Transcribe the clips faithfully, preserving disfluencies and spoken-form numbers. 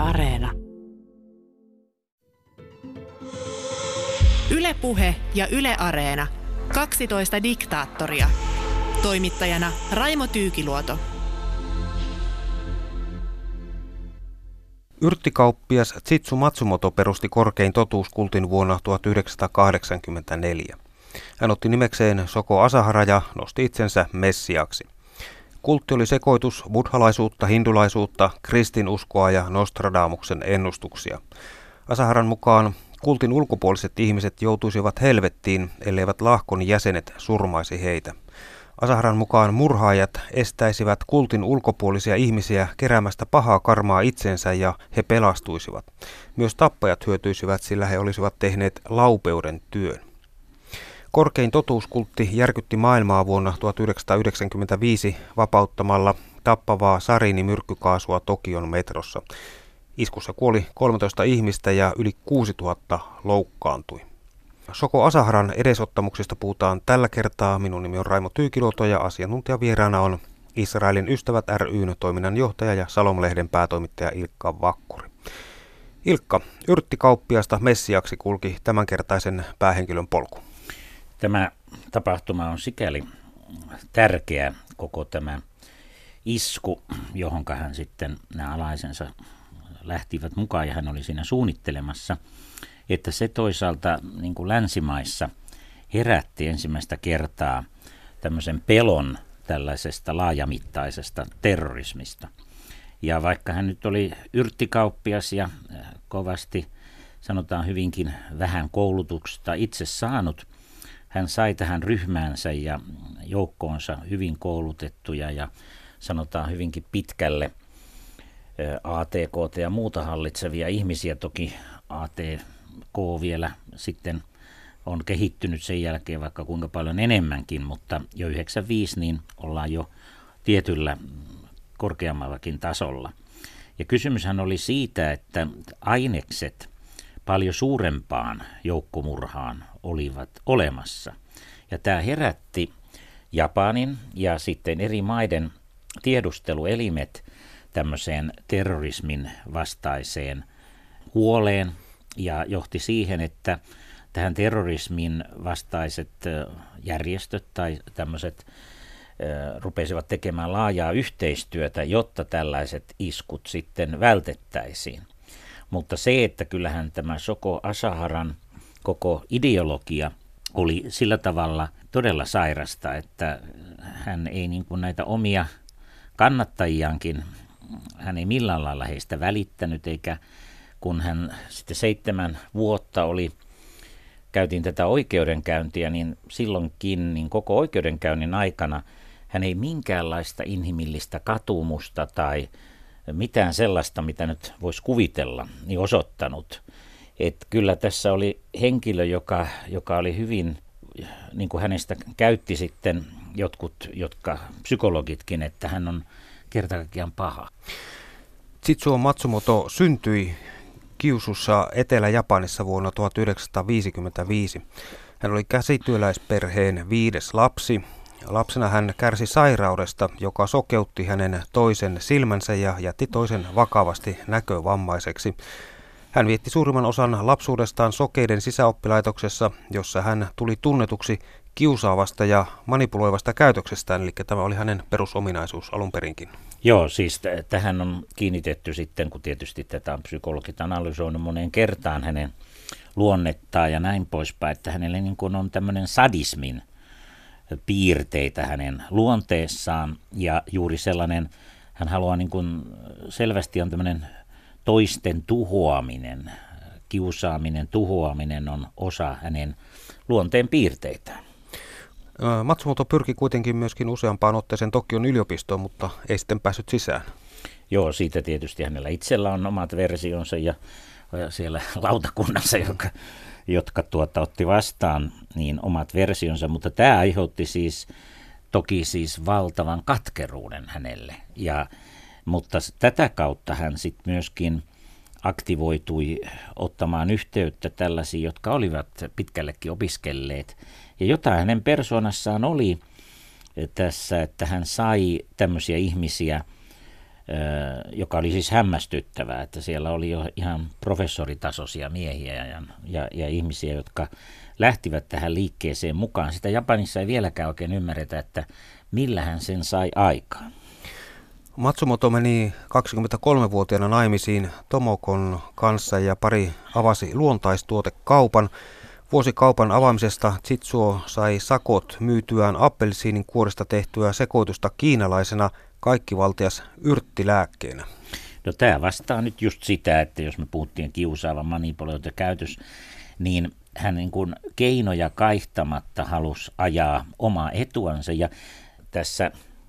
Areena. Yle Puhe ja Yle Areena. kaksitoista diktaattoria. Toimittajana Raimo Tyykiluoto. Yrttikauppias Chitsu Matsumoto perusti Korkein totuuskultin vuonna tuhatyhdeksänsataakahdeksankymmentäneljä. Hän otti nimekseen Shoko Asahara ja nosti itsensä messiaksi. Kultti oli sekoitus buddhalaisuutta, hindulaisuutta, kristinuskoa ja Nostradamuksen ennustuksia. Asaharan mukaan kultin ulkopuoliset ihmiset joutuisivat helvettiin, elleivät lahkon jäsenet surmaisi heitä. Asaharan mukaan murhaajat estäisivät kultin ulkopuolisia ihmisiä keräämästä pahaa karmaa itsensä ja he pelastuisivat. Myös tappajat hyötyisivät, sillä he olisivat tehneet laupeuden työn. Korkein totuuskultti järkytti maailmaa vuonna tuhatyhdeksänsataayhdeksänkymmentäviisi vapauttamalla tappavaa sariinimyrkkykaasua Tokion metrossa. Iskussa kuoli kolmetoista ihmistä ja yli kuusituhatta loukkaantui. Shoko Asaharan edesottamuksista puhutaan tällä kertaa. Minun nimi on Raimo Tyykiluoto ja asiantuntijavieraana on Israelin Ystävät ry:n toiminnanjohtaja ja Salom-lehden päätoimittaja Ilkka Vakkuri. Ilkka, yrttikauppiasta messiaksi kulki tämänkertaisen päähenkilön polku. Tämä tapahtuma on sikäli tärkeä, koko tämä isku, johon hän sitten nämä alaisensa lähtivät mukaan ja hän oli siinä suunnittelemassa, että se toisaalta niin kuin länsimaissa herätti ensimmäistä kertaa tämmöisen pelon tällaisesta laajamittaisesta terrorismista. Ja vaikka hän nyt oli yrttikauppias ja kovasti, sanotaan hyvinkin vähän koulutusta itse saanut, hän sai tähän ryhmäänsä ja joukkoonsa hyvin koulutettuja ja sanotaan hyvinkin pitkälle A T K:ta ja muuta hallitsevia ihmisiä. Toki A T K vielä sitten on kehittynyt sen jälkeen vaikka kuinka paljon enemmänkin, mutta jo yhdeksänkymmentäviisi niin ollaan jo tietyllä korkeammallakin tasolla. Ja kysymyshän oli siitä, että ainekset paljon suurempaan joukkomurhaan olivat olemassa. Ja tämä herätti Japanin ja sitten eri maiden tiedusteluelimet tämmöiseen terrorismin vastaiseen huoleen ja johti siihen, että tähän terrorismin vastaiset järjestöt tai tämmöiset rupesivat tekemään laajaa yhteistyötä, jotta tällaiset iskut sitten vältettäisiin. Mutta se, että kyllähän tämä Shoko Asaharan koko ideologia oli sillä tavalla todella sairasta, että hän ei niin kuin näitä omia kannattajiaankin, hän ei millään lailla heistä välittänyt, eikä kun hän sitten seitsemän vuotta oli, käytiin tätä oikeudenkäyntiä, niin silloinkin niin koko oikeudenkäynnin aikana hän ei minkäänlaista inhimillistä katumusta tai mitään sellaista, mitä nyt voisi kuvitella, niin osoittanut. Että kyllä tässä oli henkilö, joka, joka oli hyvin, niin kuin hänestä käytti sitten jotkut, jotka psykologitkin, että hän on kerta kaikkiaan paha. Chitsuo Matsumoto syntyi Kyusussa Etelä-Japanissa vuonna tuhatyhdeksänsataaviisikymmentäviisi. Hän oli käsityöläisperheen viides lapsi. Lapsena hän kärsi sairaudesta, joka sokeutti hänen toisen silmänsä ja jätti toisen vakavasti näkövammaiseksi. Hän vietti suurimman osan lapsuudestaan sokeiden sisäoppilaitoksessa, jossa hän tuli tunnetuksi kiusaavasta ja manipuloivasta käytöksestään, eli tämä oli hänen perusominaisuus alun perinkin. Joo, siis t- tähän on kiinnitetty sitten, kun tietysti tätä on psykologit analysoinut moneen kertaan hänen luonnettaan ja näin poispäin, että hänelle niin kuin on tämmöinen sadismin piirteitä hänen luonteessaan ja juuri sellainen, hän haluaa niin kuin selvästi on tämmöinen toisten tuhoaminen, kiusaaminen, tuhoaminen on osa hänen luonteen piirteitään. Matsumoto pyrki kuitenkin myöskin useampaan otteeseen Tokion yliopistoon, mutta ei sitten päässyt sisään. Joo, siitä tietysti hänellä itsellä on omat versionsa ja siellä lautakunnassa, jotka, jotka tuota, otti vastaan niin omat versionsa, mutta tämä aiheutti siis toki siis valtavan katkeruuden hänelle. Ja, mutta tätä kautta hän sitten myöskin aktivoitui ottamaan yhteyttä tällaisiin, jotka olivat pitkällekin opiskelleet. Ja jotain hänen persoonassaan oli tässä, että hän sai tämmöisiä ihmisiä joka oli siis hämmästyttävää, että siellä oli jo ihan professoritasoisia miehiä ja, ja, ja ihmisiä, jotka lähtivät tähän liikkeeseen mukaan. Sitä Japanissa ei vieläkään oikein ymmärretä, että millä hän sen sai aikaan. Matsumoto meni kaksikymmentäkolmevuotiaana naimisiin Tomokon kanssa ja pari avasi luontaistuotekaupan. Vuosi kaupan avaamisesta Chitsuo sai sakot myytyään appelsiinin kuorista tehtyä sekoitusta kiinalaisena kaikkivaltias yrttilääkkeenä. No tämä vastaa nyt just sitä, että jos me puhuttiin kiusaava manipulointi käytös, niin hän niin kuin keinoja kaihtamatta halusi ajaa omaa etuansa ja tässä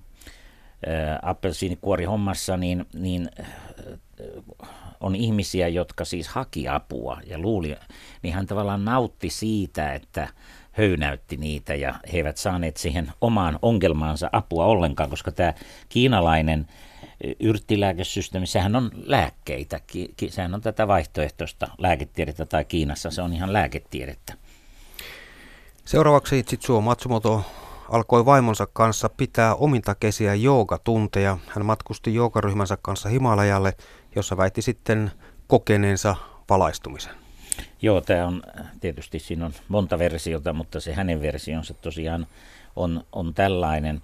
appelsiinikuorihommassa niin, niin on ihmisiä, jotka siis haki apua ja luuli, niin hän tavallaan nautti siitä, että höynäytti niitä ja he eivät saaneet siihen omaan ongelmaansa apua ollenkaan, koska tämä kiinalainen yrttilääkesysteemi, sehän on lääkkeitä, sehän on tätä vaihtoehtoista lääketiedettä tai Kiinassa se on ihan lääketiedettä. Seuraavaksi Chitsuo Matsumoto alkoi vaimonsa kanssa pitää omintakeisiä joogatunteja. Hän matkusti joogaryhmänsä kanssa Himalajalle, jossa väitti sitten kokeneensa valaistumisen. Joo, tämä on tietysti, siinä on monta versiota, mutta se hänen versionsa tosiaan on, on tällainen.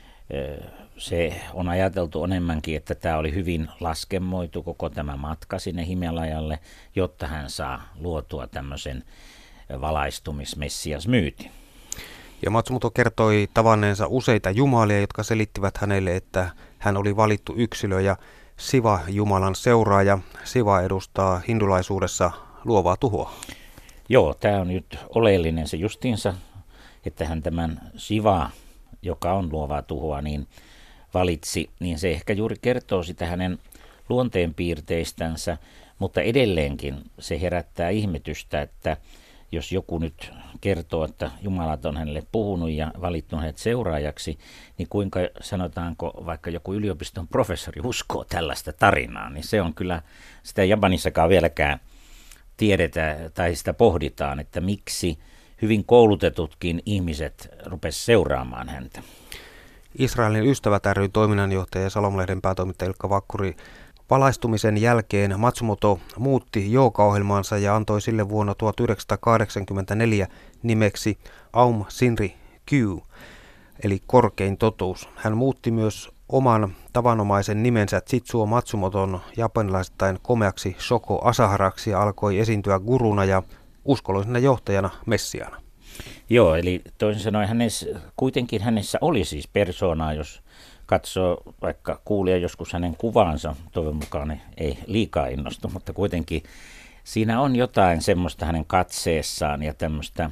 Se on ajateltu enemmänkin, että tämä oli hyvin laskemoitu koko tämä matka sinne Himalajalle, jotta hän saa luotua tämmöisen valaistumismessiasmyytin. Ja Matsumoto kertoi tavanneensa useita jumalia, jotka selittivät hänelle, että hän oli valittu yksilö ja Siva-jumalan seuraaja. Siva edustaa hindulaisuudessa luovaa tuhoa. Joo, tämä on nyt oleellinen se justiinsa, että hän tämän Siva, joka on luovaa tuhoa, niin valitsi, niin se ehkä juuri kertoo sitä hänen luonteenpiirteistänsä, mutta edelleenkin se herättää ihmetystä, että jos joku nyt kertoo, että Jumalat on hänelle puhunut ja valittu hänet seuraajaksi, niin kuinka sanotaanko vaikka joku yliopiston professori uskoo tällaista tarinaa, niin se on kyllä, sitä Japanissakaan vieläkään tiedetä tai sitä pohditaan, että miksi hyvin koulutetutkin ihmiset rupesivat seuraamaan häntä. Israelin ystävät ry toiminnanjohtaja ja Salom-lehden päätoimittaja Ilkka Vakkuri. Valaistumisen jälkeen Matsumoto muutti joogaohjelmaansa ja antoi sille vuonna tuhatyhdeksänsataakahdeksankymmentäneljä nimeksi Aum Shinri Kyu, eli korkein totuus. Hän muutti myös oman tavanomaisen nimensä Chitsuo Matsumoton japanilaisittain komeaksi Shoko Asaharaksi ja alkoi esiintyä guruna ja uskollisena johtajana messiana. Joo, eli toisin sanoen hänessä, kuitenkin hänessä oli siis persoonaa, jos katsoo vaikka kuulija joskus hänen kuvaansa, toivon mukaan ei liikaa innostu, mutta kuitenkin siinä on jotain semmoista hänen katseessaan ja tämmöistä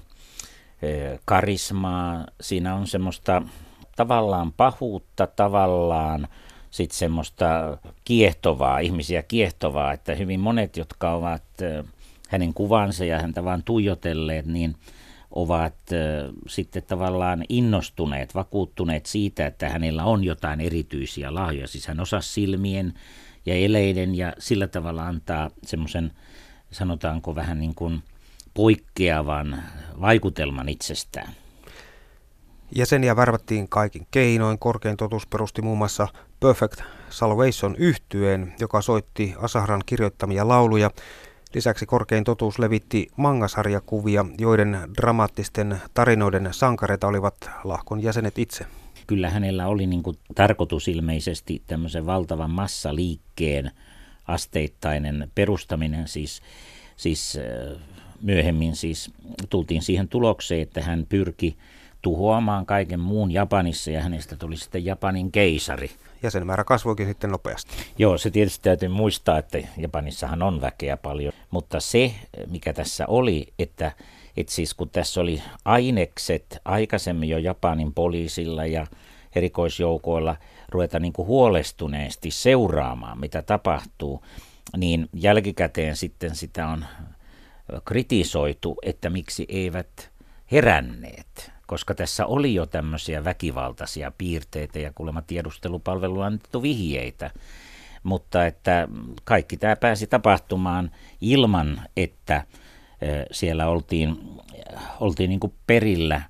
karismaa, siinä on semmoista tavallaan pahuutta, tavallaan sitten semmoista kiehtovaa, ihmisiä kiehtovaa, että hyvin monet, jotka ovat hänen kuvansa ja häntä vaan tuijotelleet, niin ovat äh, sitten tavallaan innostuneet, vakuuttuneet siitä, että hänellä on jotain erityisiä lahjoja. Siis hän osasi silmien ja eleiden ja sillä tavalla antaa semmoisen, sanotaanko vähän niin kuin poikkeavan vaikutelman itsestään. Jäseniä värvättiin kaikin keinoin. Korkein totuus perusti muun muassa Perfect Salvation -yhtyeen, joka soitti Asaharan kirjoittamia lauluja. Lisäksi korkein totuus levitti mangasarjakuvia, joiden dramaattisten tarinoiden sankareita olivat lahkon jäsenet itse. Kyllä hänellä oli niin kuin tarkoitus ilmeisesti tämmöisen valtavan massaliikkeen asteittainen perustaminen, siis, siis myöhemmin siis tultiin siihen tulokseen, että hän pyrki tuhoamaan kaiken muun Japanissa ja hänestä tuli sitten Japanin keisari. Jäsenmäärä kasvoikin sitten nopeasti. Joo, se tietysti täytyy muistaa, että Japanissahan on väkeä paljon, mutta se, mikä tässä oli, että, että siis kun tässä oli ainekset aikaisemmin jo Japanin poliisilla ja erikoisjoukoilla ruveta niin kuin huolestuneesti seuraamaan, mitä tapahtuu, niin jälkikäteen sitten sitä on kritisoitu, että miksi eivät heränneet, koska tässä oli jo tämmöisiä väkivaltaisia piirteitä ja kuulemma tiedustelupalveluun annettu vihjeitä, mutta että kaikki tämä pääsi tapahtumaan ilman, että siellä oltiin, oltiin niin kuin perillä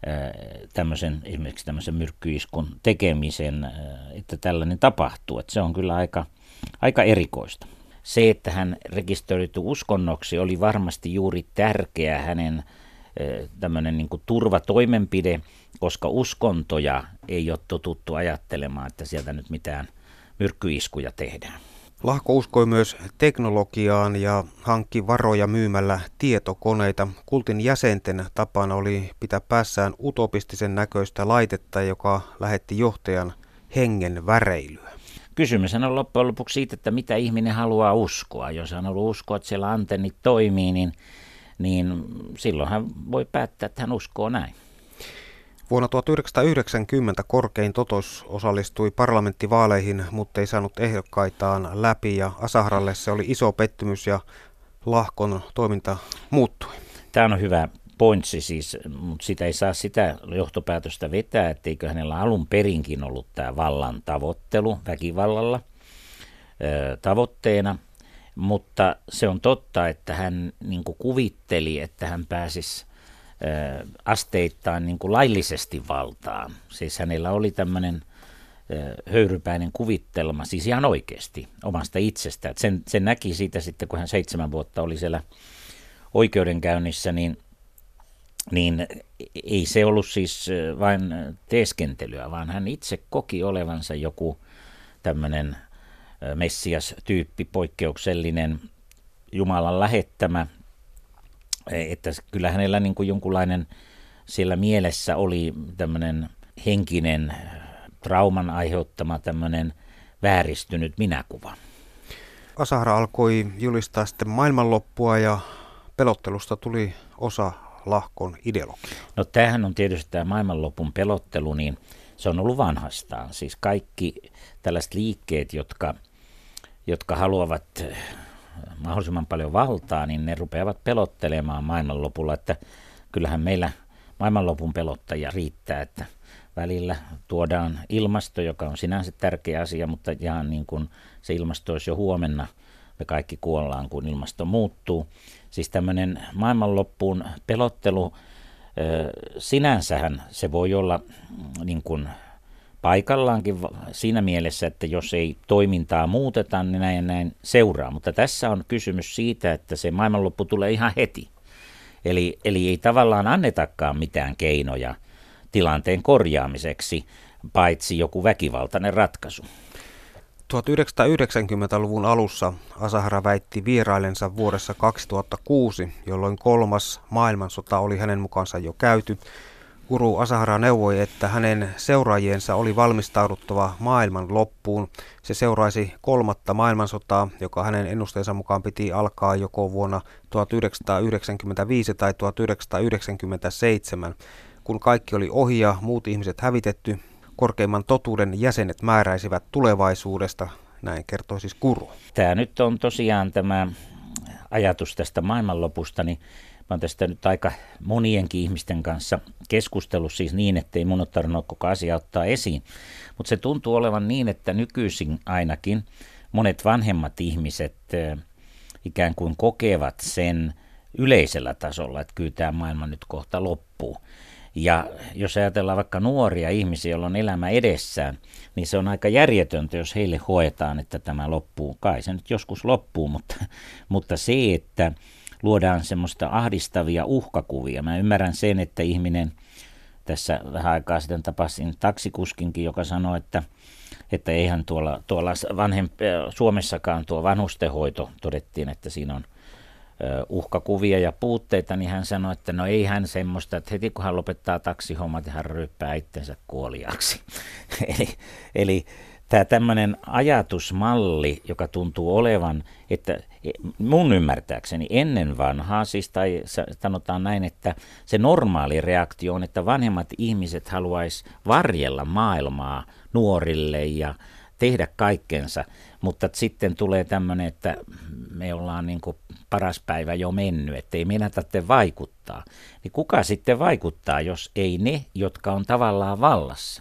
tämmöisen, esimerkiksi tämmöisen myrkkyiskun tekemisen, että tällainen tapahtuu. Että se on kyllä aika, aika erikoista. Se, että hän rekisteröityi uskonnoksi, oli varmasti juuri tärkeä hänen tämmöinen niin kuin turvatoimenpide, koska uskontoja ei ole totuttu ajattelemaan, että sieltä nyt mitään myrkkyiskuja tehdään. Lahko uskoi myös teknologiaan ja hankki varoja myymällä tietokoneita. Kultin jäsenten tapana oli pitää päässään utopistisen näköistä laitetta, joka lähetti johtajan hengen väreilyä. Kysymys on loppujen lopuksi siitä, että mitä ihminen haluaa uskoa. Jos hän haluaa uskoa, että siellä antennit toimii, niin, niin silloin hän voi päättää, että hän uskoo näin. Vuonna tuhatyhdeksänsataayhdeksänkymmentä korkein totos osallistui parlamenttivaaleihin, mutta ei saanut ehdokkaitaan läpi ja Asahralle se oli iso pettymys ja Lahkon toiminta muuttui. Tämä on hyvä pointsi siis, mutta sitä ei saa sitä johtopäätöstä vetää, etteikö hänellä alun perinkin ollut tämä vallan tavoittelu väkivallalla ö, tavoitteena, mutta se on totta, että hän niin kuin kuvitteli, että hän pääsisi ö, asteittain niin kuin laillisesti valtaan. Siis hänellä oli tämmöinen ö, höyrypäinen kuvittelma, siis ihan oikeasti omasta itsestä. Et sen, sen näki siitä sitten, kun hän seitsemän vuotta oli siellä oikeudenkäynnissä, niin niin ei se ollut siis vain teeskentelyä, vaan hän itse koki olevansa joku tämmöinen Messias-tyyppi, poikkeuksellinen Jumalan lähettämä, että kyllä hänellä niin kuin jonkunlainen siellä mielessä oli tämmöinen henkinen trauman aiheuttama tämmöinen vääristynyt minäkuva. Asahra alkoi julistaa sitten maailmanloppua ja pelottelusta tuli osa Lahkon ideologia. No tämähän on tietysti tämä maailmanlopun pelottelu, niin se on ollut vanhastaan. Siis kaikki tällaiset liikkeet, jotka, jotka haluavat mahdollisimman paljon valtaa, niin ne rupeavat pelottelemaan maailmanlopulla, että kyllähän meillä maailmanlopun pelottajia riittää, että välillä tuodaan ilmasto, joka on sinänsä tärkeä asia, mutta ihan niin kuin se ilmasto olisi jo huomenna, me kaikki kuollaan, kun ilmasto muuttuu. Siis tämmöinen maailmanloppuun pelottelu, sinänsähän se voi olla niin kuin paikallaankin siinä mielessä, että jos ei toimintaa muuteta, niin näin ja näin seuraa. Mutta tässä on kysymys siitä, että se maailmanloppu tulee ihan heti. Eli, eli ei tavallaan annetakaan mitään keinoja tilanteen korjaamiseksi, paitsi joku väkivaltainen ratkaisu. tuhatyhdeksänsataayhdeksänkymmentäluvun alussa Asahra väitti vierailensa vuodessa kaksituhattakuusi, jolloin kolmas maailmansota oli hänen mukaansa jo käyty. Guru Asahra neuvoi, että hänen seuraajiensa oli valmistauduttava maailman loppuun. Se seuraisi kolmatta maailmansotaa, joka hänen ennusteensa mukaan piti alkaa joko vuonna tuhatyhdeksänsataayhdeksänkymmentäviisi tai tuhatyhdeksänsataayhdeksänkymmentäseitsemän. Kun kaikki oli ohi ja muut ihmiset hävitetty, korkeimman totuuden jäsenet määräisivät tulevaisuudesta, näin kertoi siis Guru. Tämä nyt on tosiaan tämä ajatus tästä maailmanlopusta, niin mä oon tästä nyt aika monienkin ihmisten kanssa keskustellut siis niin, ettei mun ole tarvinnut koko asia ottaa esiin. Mutta se tuntuu olevan niin, että nykyisin ainakin monet vanhemmat ihmiset äh, ikään kuin kokevat sen yleisellä tasolla, että kyllä tämä maailma nyt kohta loppuu. Ja jos ajatellaan vaikka nuoria ihmisiä, joilla on elämä edessään, niin se on aika järjetöntä, jos heille hoetaan, että tämä loppuu. Kai se nyt joskus loppuu, mutta, mutta se, että luodaan semmoista ahdistavia uhkakuvia. Mä ymmärrän sen, että ihminen, tässä vähän aikaa sitten tapasin taksikuskinkin, joka sanoi, että, että eihän tuolla, tuolla vanhempi, Suomessakaan tuo vanhustenhoito, todettiin, että siinä on uhkakuvia ja puutteita, niin hän sanoi, että no ei hän semmoista, että heti kun hän lopettaa taksihommat, hän ryyppää itsensä kuoliaksi. eli eli tämä tämmöinen ajatusmalli, joka tuntuu olevan, että mun ymmärtääkseni ennen vanhaa, siis tai sanotaan näin, että se normaali reaktio on, että vanhemmat ihmiset haluaisi varjella maailmaa nuorille ja tehdä kaikkensa, mutta sitten tulee tämmöinen, että me ollaan niin kuin paras päivä jo mennyt, ettei meidän tarvitse vaikuttaa. Niin kuka sitten vaikuttaa, jos ei ne, jotka on tavallaan vallassa?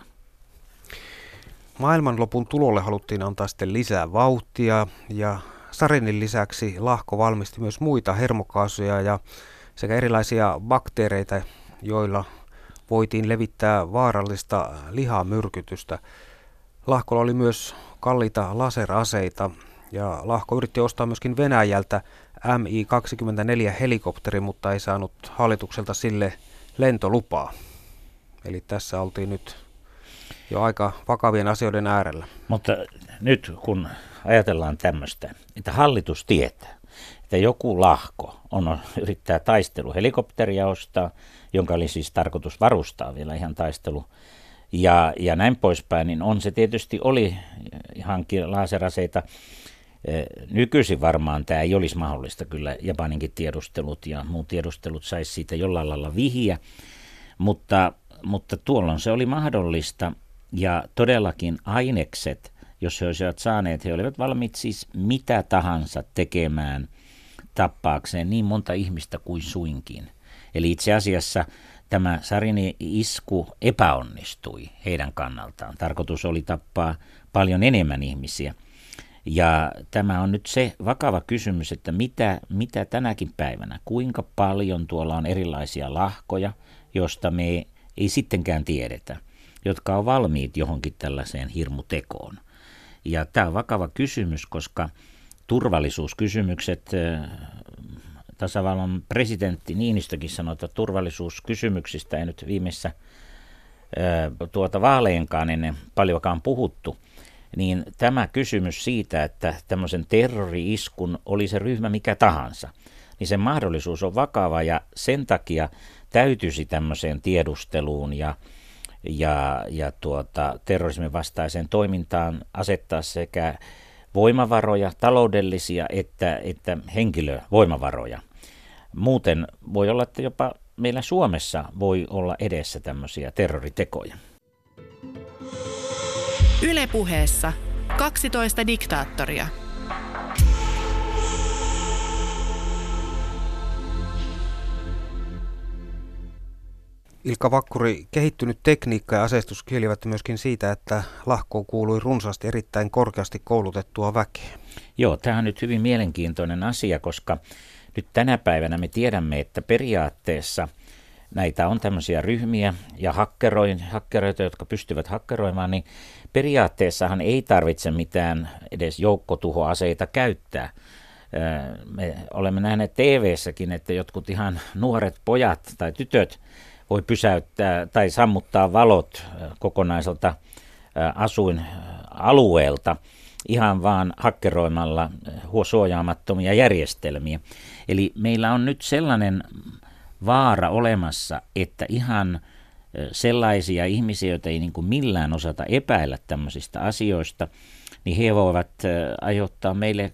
Maailmanlopun tulolle haluttiin antaa sitten lisää vauhtia ja sarinin lisäksi Lahko valmisti myös muita hermokaasuja ja sekä erilaisia bakteereita, joilla voitiin levittää vaarallista lihamyrkytystä. Lahkolla oli myös kalliita laseraseita ja Lahko yritti ostaa myöskin Venäjältä M I kaksikymmentäneljä helikopteri, mutta ei saanut hallitukselta sille lentolupaa. Eli tässä oltiin nyt jo aika vakavien asioiden äärellä. Mutta nyt kun ajatellaan tämmöistä, että hallitus tietää, että joku Lahko on, yrittää taisteluhelikopteria ostaa, jonka oli siis tarkoitus varustaa vielä ihan taistelu, ja, ja näin poispäin, niin on se tietysti oli hankin laseraseita. Nykyisin varmaan tämä ei olisi mahdollista, kyllä Japaninkin tiedustelut ja muut tiedustelut saisi siitä jollain lailla vihiä, mutta, mutta tuolloin se oli mahdollista ja todellakin ainekset, jos he olisivat saaneet, he olivat valmiit siis mitä tahansa tekemään tappaakseen niin monta ihmistä kuin suinkin. Eli itse asiassa tämä Zarinin isku epäonnistui heidän kannaltaan. Tarkoitus oli tappaa paljon enemmän ihmisiä. Ja tämä on nyt se vakava kysymys, että mitä, mitä tänäkin päivänä, kuinka paljon tuolla on erilaisia lahkoja, josta me ei sittenkään tiedetä, jotka on valmiit johonkin tällaiseen hirmutekoon. Ja tämä on vakava kysymys, koska turvallisuuskysymykset, tasavallan presidentti Niinistökin sanoi, että turvallisuuskysymyksistä ei nyt viimeisessä tuota vaaleenkaan ennen paljonkaan puhuttu, niin tämä kysymys siitä, että tämmöisen terrori-iskun oli se ryhmä mikä tahansa, niin sen mahdollisuus on vakava ja sen takia täytyisi tämmöiseen tiedusteluun ja, ja, ja tuota, terrorismin vastaiseen toimintaan asettaa sekä voimavaroja, taloudellisia että, että henkilövoimavaroja. Muuten voi olla, että jopa meillä Suomessa voi olla edessä tämmöisiä terroritekoja. Yle Puheessa kaksitoista diktaattoria. Ilkka Vakkuri, kehittynyt tekniikka ja aseistus kielivät myöskin siitä, että Lahkoon kuului runsaasti erittäin korkeasti koulutettua väkeä. Joo, tämä on nyt hyvin mielenkiintoinen asia, koska nyt tänä päivänä me tiedämme, että periaatteessa näitä on tämmöisiä ryhmiä ja hakkeroita, jotka pystyvät hakkeroimaan, niin periaatteessahan ei tarvitse mitään edes joukkotuhoaseita käyttää. Me olemme nähneet T V:ssäkin, että jotkut ihan nuoret pojat tai tytöt voi pysäyttää tai sammuttaa valot kokonaiselta asuinalueelta ihan vaan hakkeroimalla suojaamattomia järjestelmiä. Eli meillä on nyt sellainen vaara olemassa, että ihan sellaisia ihmisiä, joita ei niin kuin millään osata epäillä tämmöisistä asioista, niin he voivat aiheuttaa meille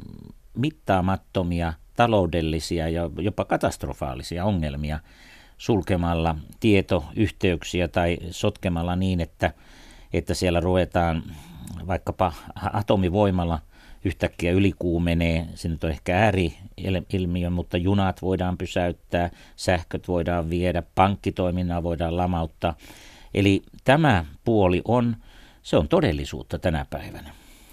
mittaamattomia taloudellisia ja jopa katastrofaalisia ongelmia sulkemalla tietoyhteyksiä tai sotkemalla niin, että, että siellä ruvetaan vaikkapa atomivoimalla yhtäkkiä ylikuumenee, se nyt on ehkä ääriilmiö, mutta junat voidaan pysäyttää, sähköt voidaan viedä, pankkitoiminnaa voidaan lamauttaa. Eli tämä puoli on, se on todellisuutta tänä päivänä.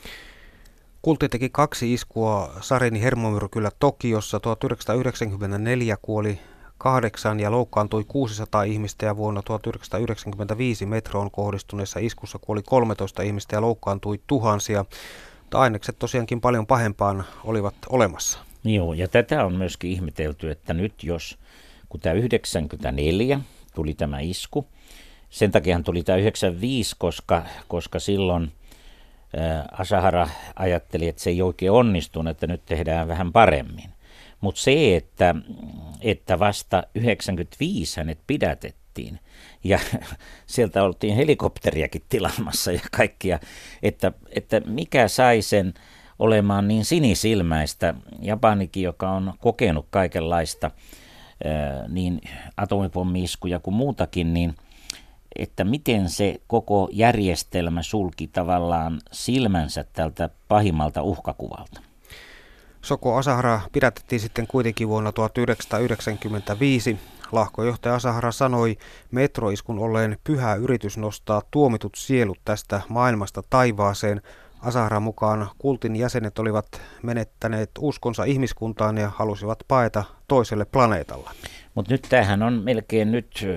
Kultti teki kaksi iskua Zarinin hermomyrkyllä Tokiossa. tuhatyhdeksänsataayhdeksänkymmentäneljä kuoli kahdeksan ja loukkaantui kuusisataa ihmistä ja vuonna tuhatyhdeksänsataayhdeksänkymmentäviisi metroon kohdistuneessa iskussa kuoli kolmetoista ihmistä ja loukkaantui tuhansia. Mutta ainekset tosiaankin paljon pahempaan olivat olemassa. Joo, ja tätä on myöskin ihmetelty, että nyt jos, kun tämä yhdeksänkymmentäneljä tuli tämä isku, sen takiahan tuli tämä yhdeksänkymmentäviisi, koska, koska silloin ää, Asahara ajatteli, että se ei oikein onnistunut, että nyt tehdään vähän paremmin. Mutta se, että, että vasta yhdeksänkymmentäviisi hänet pidätettiin ja sieltä oltiin helikopteriakin tilaamassa ja kaikkia, että, että mikä sai sen olemaan niin sinisilmäistä. Japanikin, joka on kokenut kaikenlaista ää, niin atomipommi-iskuja kuin muutakin, niin että miten se koko järjestelmä sulki tavallaan silmänsä tältä pahimmalta uhkakuvalta. Soko Asahara pidätettiin sitten kuitenkin vuonna tuhatyhdeksänsataayhdeksänkymmentäviisi. Lahkojohtaja Asahara sanoi metroiskun olleen pyhä yritys nostaa tuomitut sielut tästä maailmasta taivaaseen. Asaharan mukaan kultin jäsenet olivat menettäneet uskonsa ihmiskuntaan ja halusivat paeta toiselle planeetalle. Mutta nyt tämähän on melkein nyt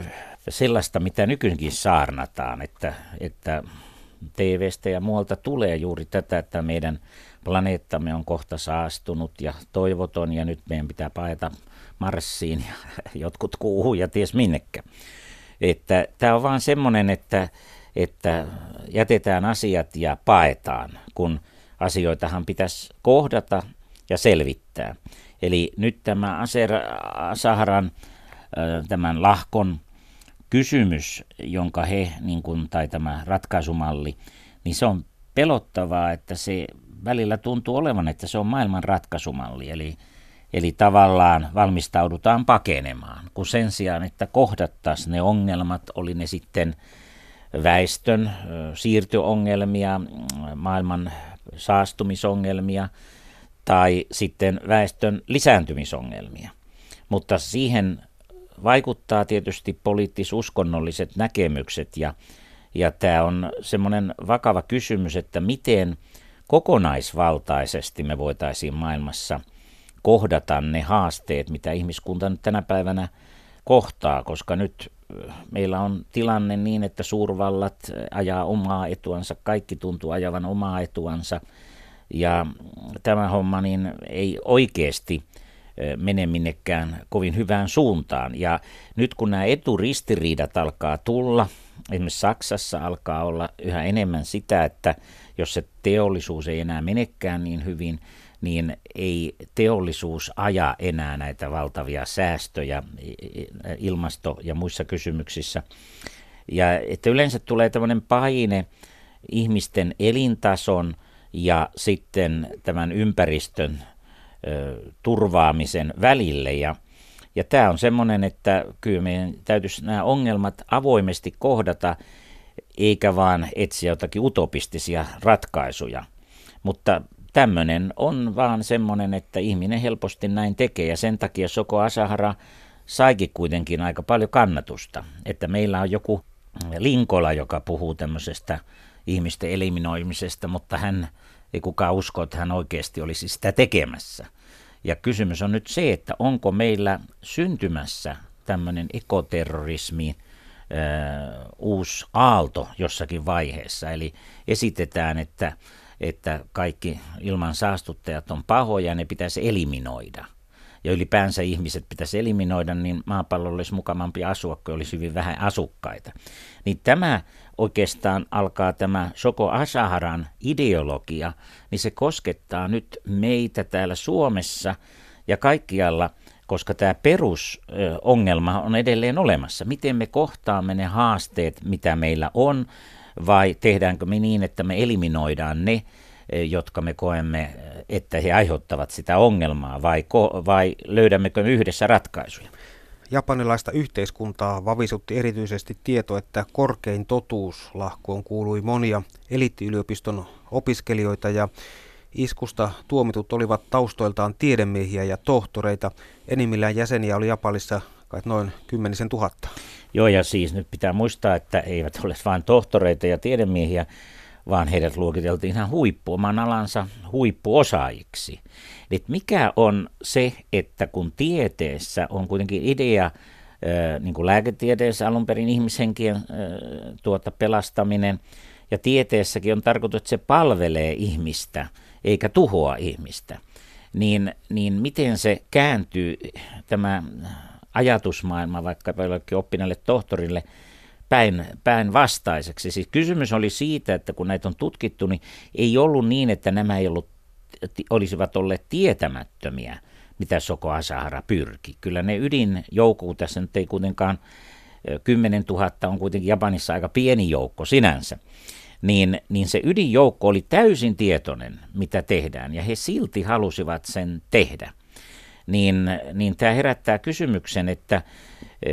sellaista, mitä nykyisinkin saarnataan, että, että T V:stä ja muualta tulee juuri tätä, että meidän planeettamme on kohta saastunut ja toivoton ja nyt meidän pitää paeta Marsiin ja jotkut kuuhun ja ties minnekä. Että tämä on vaan semmoinen, että, että jätetään asiat ja paetaan, kun asioitahan pitäisi kohdata ja selvittää. Eli nyt tämä Asaharan tämän lahkon kysymys, jonka he, niin kuin, tai tämä ratkaisumalli, niin se on pelottavaa, että se välillä tuntuu olevan, että se on maailman ratkaisumalli. Eli, eli tavallaan valmistaudutaan pakenemaan, kun sen sijaan, että kohdattaisiin ne ongelmat, oli ne sitten väestön siirtyongelmia, maailman saastumisongelmia tai sitten väestön lisääntymisongelmia. Mutta siihen vaikuttaa tietysti poliittis-uskonnolliset näkemykset ja, ja tämä on semmoinen vakava kysymys, että miten kokonaisvaltaisesti me voitaisiin maailmassa kohdata ne haasteet, mitä ihmiskunta nyt tänä päivänä kohtaa, koska nyt meillä on tilanne niin, että suurvallat ajaa omaa etuansa, kaikki tuntuu ajavan omaa etuansa ja tämä homma niin ei oikeasti mene minnekään kovin hyvään suuntaan. Ja nyt kun nämä eturistiriidat alkaa tulla, esimerkiksi Saksassa alkaa olla yhä enemmän sitä, että jos se teollisuus ei enää menekään niin hyvin, niin ei teollisuus aja enää näitä valtavia säästöjä ilmasto- ja muissa kysymyksissä. Ja että yleensä tulee tämmöinen paine ihmisten elintason ja sitten tämän ympäristön turvaamisen välille. Ja, ja tämä on semmoinen, että kyllä meidän täytyisi nämä ongelmat avoimesti kohdata, eikä vaan etsiä jotakin utopistisia ratkaisuja. Mutta tämmöinen on vaan semmoinen, että ihminen helposti näin tekee, ja sen takia Soko Asahara saikin kuitenkin aika paljon kannatusta. Että meillä on joku Linkola, joka puhuu tämmöisestä ihmisten eliminoimisesta, mutta hän ei kukaan usko, että hän oikeasti olisi sitä tekemässä. Ja kysymys on nyt se, että onko meillä syntymässä tämmöinen ekoterrorismi, ö, uusi aalto jossakin vaiheessa. Eli esitetään, että, että kaikki ilman saastuttajat on pahoja ja ne pitäisi eliminoida. Ja ylipäänsä ihmiset pitäisi eliminoida, niin maapallolla olisi mukavampi asua, kun olisi hyvin vähän asukkaita. Niin tämä oikeastaan alkaa tämä Soko Asaharan ideologia, niin se koskettaa nyt meitä täällä Suomessa ja kaikkialla, koska tämä perusongelma on edelleen olemassa. Miten me kohtaamme ne haasteet, mitä meillä on, vai tehdäänkö me niin, että me eliminoidaan ne, jotka me koemme, että he aiheuttavat sitä ongelmaa, vai, ko- vai löydämmekö me yhdessä ratkaisuja? Japanilaista yhteiskuntaa vavisutti erityisesti tieto, että korkein totuuslahkoon kuului monia eliittiyliopiston opiskelijoita ja iskusta tuomitut olivat taustoiltaan tiedemiehiä ja tohtoreita. Enimmillään jäseniä oli Japanissa kai noin kymmenisen tuhatta. Joo, ja siis nyt pitää muistaa, että eivät ole vain tohtoreita ja tiedemiehiä, vaan heidät luokiteltiin ihan huippu, oman alansa huippuosaajiksi. Eli mikä on se, että kun tieteessä on kuitenkin idea, niin kuin lääketieteessä alun perin ihmishenkien tuota pelastaminen, ja tieteessäkin on tarkoitus, että se palvelee ihmistä, eikä tuhoa ihmistä, niin, niin miten se kääntyy tämä ajatusmaailma vaikka jollekin oppineelle tohtorille päin, päinvastaiseksi. Siis kysymys oli siitä, että kun näitä on tutkittu, niin ei ollut niin, että nämä ei ollut, olisivat olleet tietämättömiä, mitä Soko Asahara pyrki. Kyllä ne ydinjoukot, tässä nyt ei kuitenkaan, kymmenen tuhatta on kuitenkin Japanissa aika pieni joukko sinänsä, niin, niin se ydinjoukko oli täysin tietoinen, mitä tehdään, ja he silti halusivat sen tehdä. Niin, niin tämä herättää kysymyksen, että e,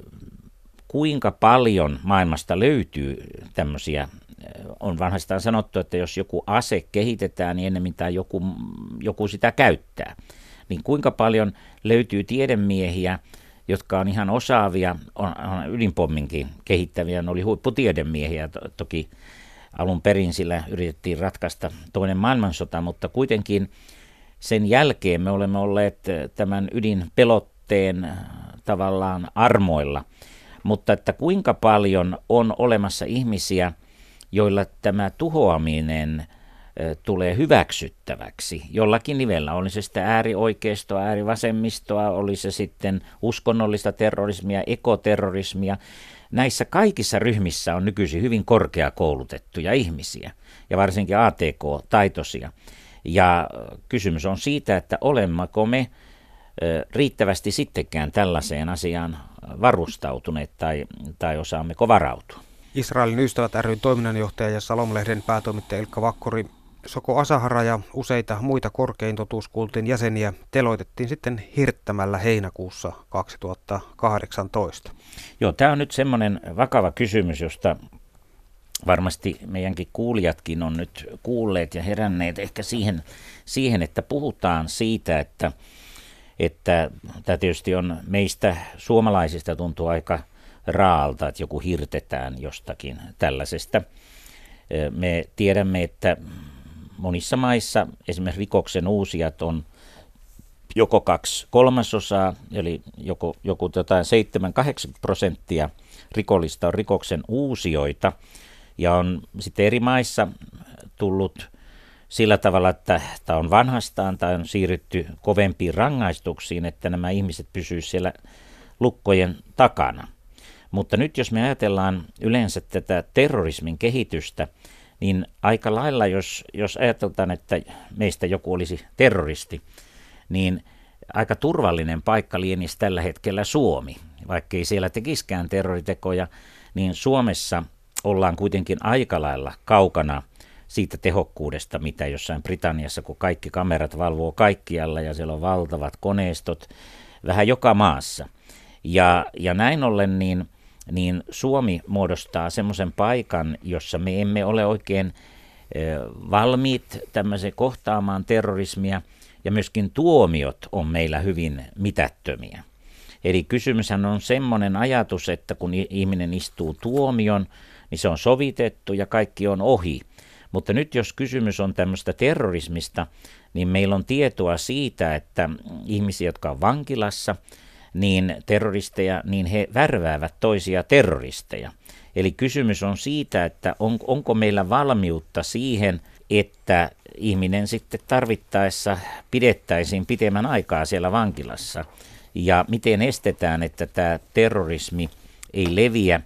kuinka paljon maailmasta löytyy tämmöisiä, on vanhastaan sanottu, että jos joku ase kehitetään, niin ennemmin tai joku, joku sitä käyttää. Niin kuinka paljon löytyy tiedemiehiä, jotka on ihan osaavia, on, on ydinpomminkin kehittäviä, ne oli huipputiedemiehiä, to, toki alun perin sillä yritettiin ratkaista toinen maailmansota, mutta kuitenkin sen jälkeen me olemme olleet tämän ydinpelotteen tavallaan armoilla. mutta että kuinka paljon on olemassa ihmisiä, joilla tämä tuhoaminen tulee hyväksyttäväksi jollakin nivellä. Oli se sitten äärioikeistoa, äärivasemmistoa, oli se sitten uskonnollista terrorismia, ekoterrorismia. Näissä kaikissa ryhmissä on nykyisin hyvin korkeakoulutettuja ihmisiä ja varsinkin A T K-taitoisia. Ja kysymys on siitä, että olemmeko me riittävästi sittenkään tällaiseen asiaan varustautuneet tai, tai osaammeko varautua. Israelin ystävät ry:n toiminnanjohtaja ja Salom-lehden päätoimittaja Ilkka Vakkuri, Soko Asahara ja useita muita korkein totuuskultin jäseniä teloitettiin sitten hirttämällä heinäkuussa kaksituhattakahdeksantoista. Joo, tämä on nyt semmoinen vakava kysymys, josta varmasti meidänkin kuulijatkin on nyt kuulleet ja heränneet ehkä siihen, siihen että puhutaan siitä, että, että tämä tietysti on meistä suomalaisista tuntuu aika raalta, että joku hirtetään jostakin tällaisesta. Me tiedämme, että monissa maissa esimerkiksi rikoksen uusijat on joko kaksi kolmasosaa, eli joko, joku seitsemän kahdeksan prosenttia rikollista on rikoksen uusijoita, ja on sitten eri maissa tullut sillä tavalla, että tämä on vanhastaan tai on siirrytty kovempiin rangaistuksiin, että nämä ihmiset pysyisivät siellä lukkojen takana. Mutta nyt jos me ajatellaan yleensä tätä terrorismin kehitystä, niin aika lailla, jos, jos ajatellaan, että meistä joku olisi terroristi, niin aika turvallinen paikka lienisi tällä hetkellä Suomi. Vaikka ei siellä tekiskään terroritekoja, niin Suomessa ollaan kuitenkin aika lailla kaukana siitä tehokkuudesta, mitä jossain Britanniassa, kun kaikki kamerat valvoo kaikkialla ja siellä on valtavat koneistot vähän joka maassa. Ja, ja näin ollen niin, niin Suomi muodostaa semmoisen paikan, jossa me emme ole oikein e, valmiit tämmöiseen kohtaamaan terrorismia, ja myöskin tuomiot on meillä hyvin mitättömiä. Eli kysymyshän on semmoinen ajatus, että kun ihminen istuu tuomion, niin se on sovitettu ja kaikki on ohi. Mutta nyt jos kysymys on tämmöistä terrorismista, niin meillä on tietoa siitä, että ihmisiä, jotka on vankilassa, niin terroristeja, niin he värväävät toisia terroristeja. Eli kysymys on siitä, että on, onko meillä valmiutta siihen, että ihminen sitten tarvittaessa pidettäisiin pitemmän aikaa siellä vankilassa. Ja miten estetään, että tämä terrorismi ei leviä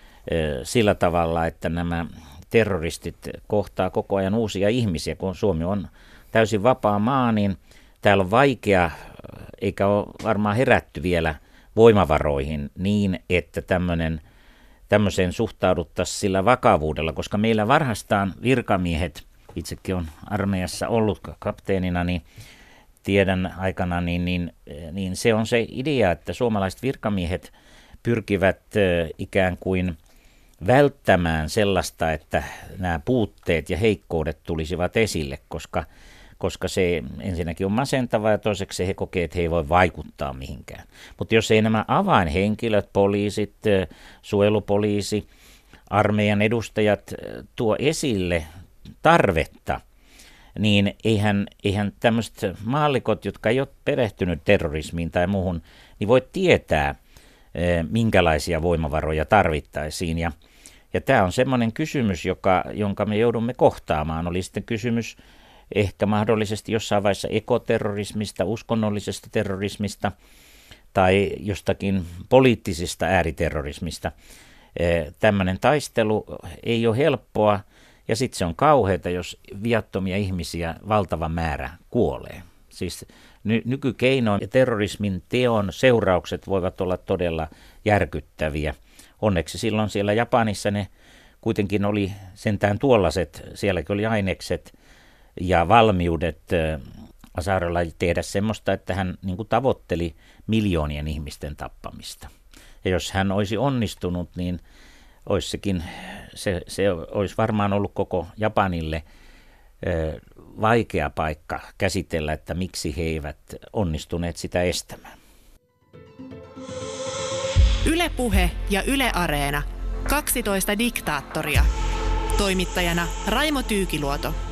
sillä tavalla, että nämä terroristit kohtaa koko ajan uusia ihmisiä. Kun Suomi on täysin vapaa maa, niin täällä on vaikea, eikä ole varmaan herätty vielä voimavaroihin niin, että tämmöinen, tämmöiseen suhtauduttaisiin sillä vakavuudella, koska meillä varhaistaan virkamiehet, itsekin on armeijassa ollut kapteenina, niin tiedän aikana, niin, niin, niin se on se idea, että suomalaiset virkamiehet pyrkivät ikään kuin välttämään sellaista, että nämä puutteet ja heikkoudet tulisivat esille, koska, koska se ensinnäkin on masentavaa ja toiseksi he kokee, että he ei voi vaikuttaa mihinkään. Mutta jos ei nämä avainhenkilöt, poliisit, suojelupoliisi, armeijan edustajat tuo esille tarvetta, niin eihän, eihän tämmöiset maallikot, jotka ei ole perehtynyt terrorismiin tai muuhun, niin voi tietää, minkälaisia voimavaroja tarvittaisiin. Ja, ja tämä on semmoinen kysymys, joka, jonka me joudumme kohtaamaan. Oli sitten kysymys ehkä mahdollisesti jossain vaiheessa ekoterrorismista, uskonnollisesta terrorismista tai jostakin poliittisista ääriterrorismista. Tämmöinen taistelu ei ole helppoa ja sitten se on kauheata, jos viattomia ihmisiä valtava määrä kuolee. Siis ny- nykykeinoin ja terrorismin teon seuraukset voivat olla todella järkyttäviä. Onneksi silloin siellä Japanissa ne kuitenkin oli sentään tuollaiset, sielläkin oli ainekset ja valmiudet Asaralla tehdä semmoista, että hän niin kuin tavoitteli miljoonien ihmisten tappamista. Ja jos hän olisi onnistunut, niin olisi sekin, se, se olisi varmaan ollut koko Japanille vaikea paikka käsitellä, että miksi he eivät onnistuneet sitä estämään. Yle Puhe ja Yle Areena. kaksitoista diktaattoria. Toimittajana Raimo Tyykiluoto.